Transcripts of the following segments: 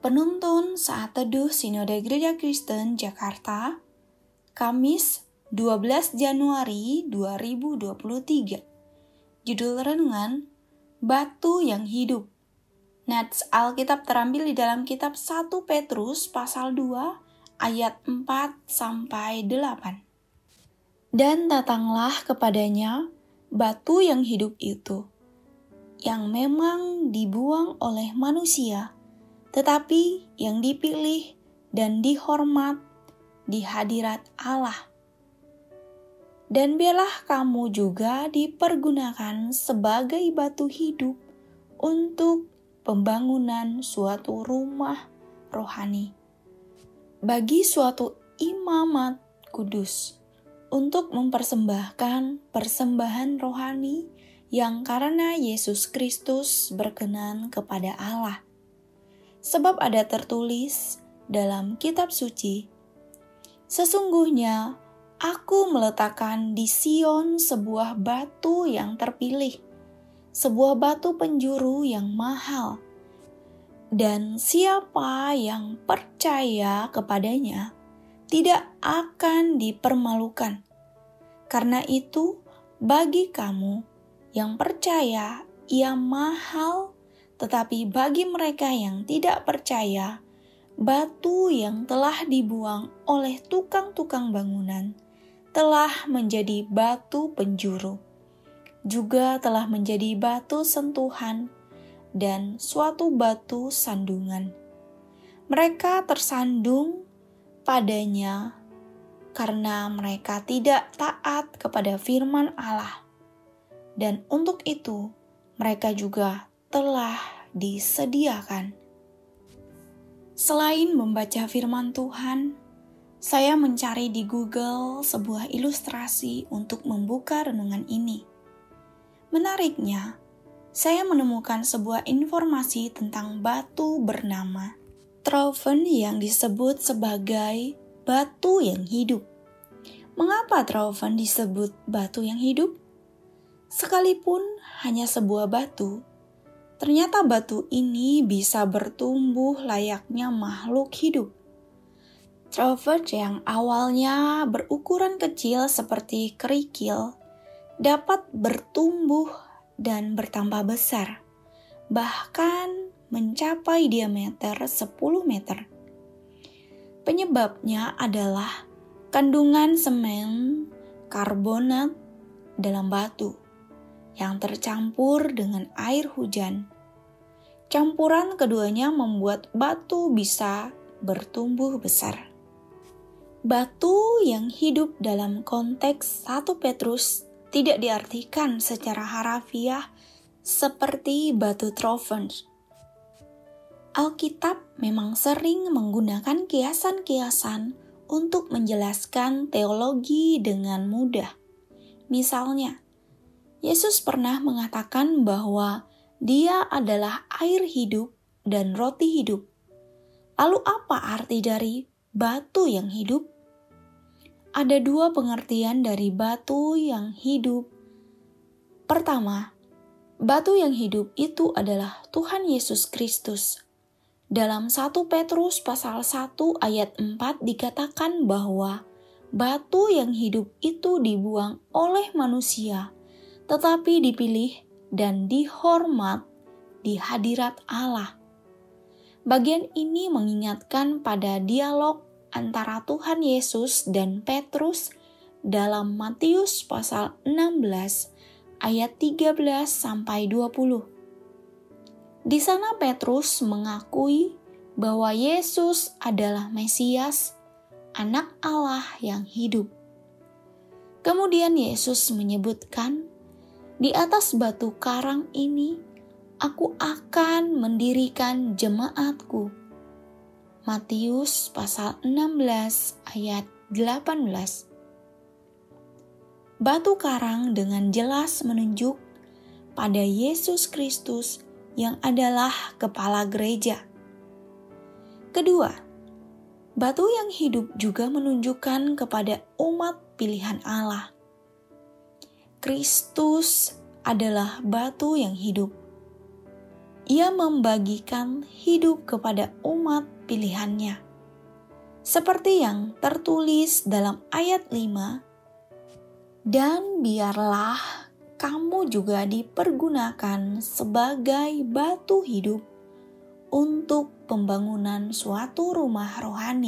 Penuntun Saat Teduh Sinode Gereja Kristen Jakarta, Kamis 12 Januari 2023. Judul renungan, Batu yang Hidup. Nats Alkitab terambil di dalam kitab 1 Petrus pasal 2 ayat 4-8. Dan datanglah kepadanya batu yang hidup itu, yang memang dibuang oleh manusia, tetapi yang dipilih dan dihormat di hadirat Allah. Dan biarlah kamu juga dipergunakan sebagai batu hidup untuk pembangunan suatu rumah rohani, bagi suatu imamat kudus, untuk mempersembahkan persembahan rohani yang karena Yesus Kristus berkenan kepada Allah. Sebab ada tertulis dalam kitab suci, "Sesungguhnya aku meletakkan di Sion sebuah batu yang terpilih, sebuah batu penjuru yang mahal, dan siapa yang percaya kepadanya tidak akan dipermalukan. Karena itu, bagi kamu yang percaya, ia mahal. Tetapi bagi mereka yang tidak percaya, batu yang telah dibuang oleh tukang-tukang bangunan telah menjadi batu penjuru, juga telah menjadi batu sentuhan dan suatu batu sandungan. Mereka tersandung padanya karena mereka tidak taat kepada firman Allah, dan untuk itu mereka juga telah disediakan." Selain membaca firman Tuhan, saya mencari di Google sebuah ilustrasi untuk membuka renungan ini. Menariknya, saya menemukan sebuah informasi tentang batu bernama Troven yang disebut sebagai batu yang hidup. Mengapa Troven disebut batu yang hidup? Sekalipun hanya sebuah batu, ternyata batu ini bisa bertumbuh layaknya makhluk hidup. Troven yang awalnya berukuran kecil seperti kerikil dapat bertumbuh dan bertambah besar, bahkan mencapai diameter 10 meter. Penyebabnya adalah kandungan semen karbonat dalam batu yang tercampur dengan air hujan. Campuran keduanya membuat batu bisa bertumbuh besar. Batu yang hidup dalam konteks 1 Petrus tidak diartikan secara harafiah seperti batu Troven. Alkitab memang sering menggunakan kiasan-kiasan untuk menjelaskan teologi dengan mudah. Misalnya, Yesus pernah mengatakan bahwa Dia adalah air hidup dan roti hidup. Lalu apa arti dari batu yang hidup? Ada dua pengertian dari batu yang hidup. Pertama, batu yang hidup itu adalah Tuhan Yesus Kristus. Dalam 1 Petrus pasal 1 ayat 4 dikatakan bahwa batu yang hidup itu dibuang oleh manusia, tetapi dipilih dan dihormat di hadirat Allah. Bagian ini mengingatkan pada dialog antara Tuhan Yesus dan Petrus dalam Matius pasal 16 ayat 13-20. Di sana Petrus mengakui bahwa Yesus adalah Mesias, Anak Allah yang hidup. Kemudian Yesus menyebutkan, "Di atas batu karang ini, aku akan mendirikan jemaatku." Matius pasal 16 ayat 18. Batu karang dengan jelas menunjuk pada Yesus Kristus yang adalah kepala gereja. Kedua, batu yang hidup juga menunjukkan kepada umat pilihan Allah. Kristus adalah batu yang hidup. Ia membagikan hidup kepada umat pilihannya. Seperti yang tertulis dalam ayat 5, "Dan biarlah kamu juga dipergunakan sebagai batu hidup untuk pembangunan suatu rumah rohani."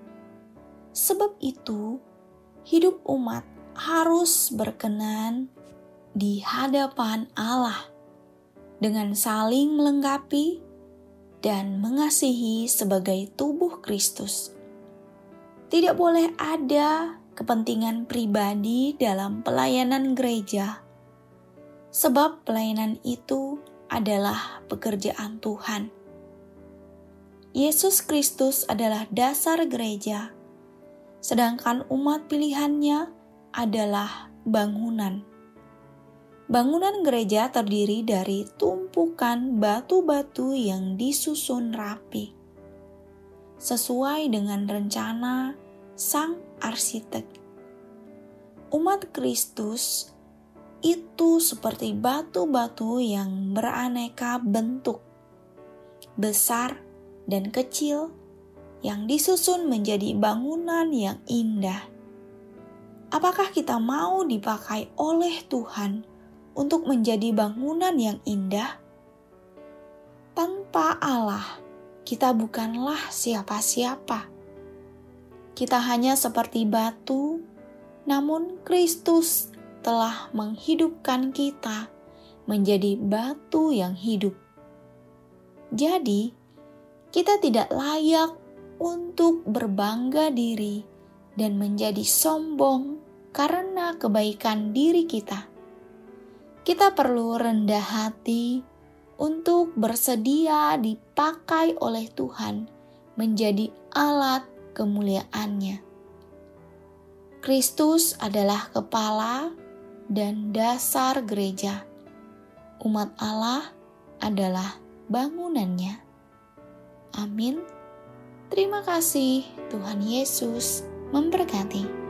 Sebab itu, hidup umat harus berkenan di hadapan Allah dengan saling melengkapi dan mengasihi sebagai tubuh Kristus. Tidak boleh ada kepentingan pribadi dalam pelayanan gereja, sebab pelayanan itu adalah pekerjaan Tuhan. Yesus Kristus adalah dasar gereja, sedangkan umat pilihannya adalah bangunan. Bangunan gereja terdiri dari tumpukan batu-batu yang disusun rapi, sesuai dengan rencana sang arsitek. Umat Kristus itu seperti batu-batu yang beraneka bentuk, besar dan kecil, yang disusun menjadi bangunan yang indah. Apakah kita mau dipakai oleh Tuhan untuk menjadi bangunan yang indah? Tanpa Allah, kita bukanlah siapa-siapa. Kita hanya seperti batu, namun Kristus telah menghidupkan kita menjadi batu yang hidup. Jadi, kita tidak layak untuk berbangga diri dan menjadi sombong karena kebaikan diri kita. Kita perlu rendah hati untuk bersedia dipakai oleh Tuhan menjadi alat kemuliaan-Nya. Kristus adalah kepala dan dasar gereja. Umat Allah adalah bangunannya. Amin. Terima kasih, Tuhan Yesus memberkati.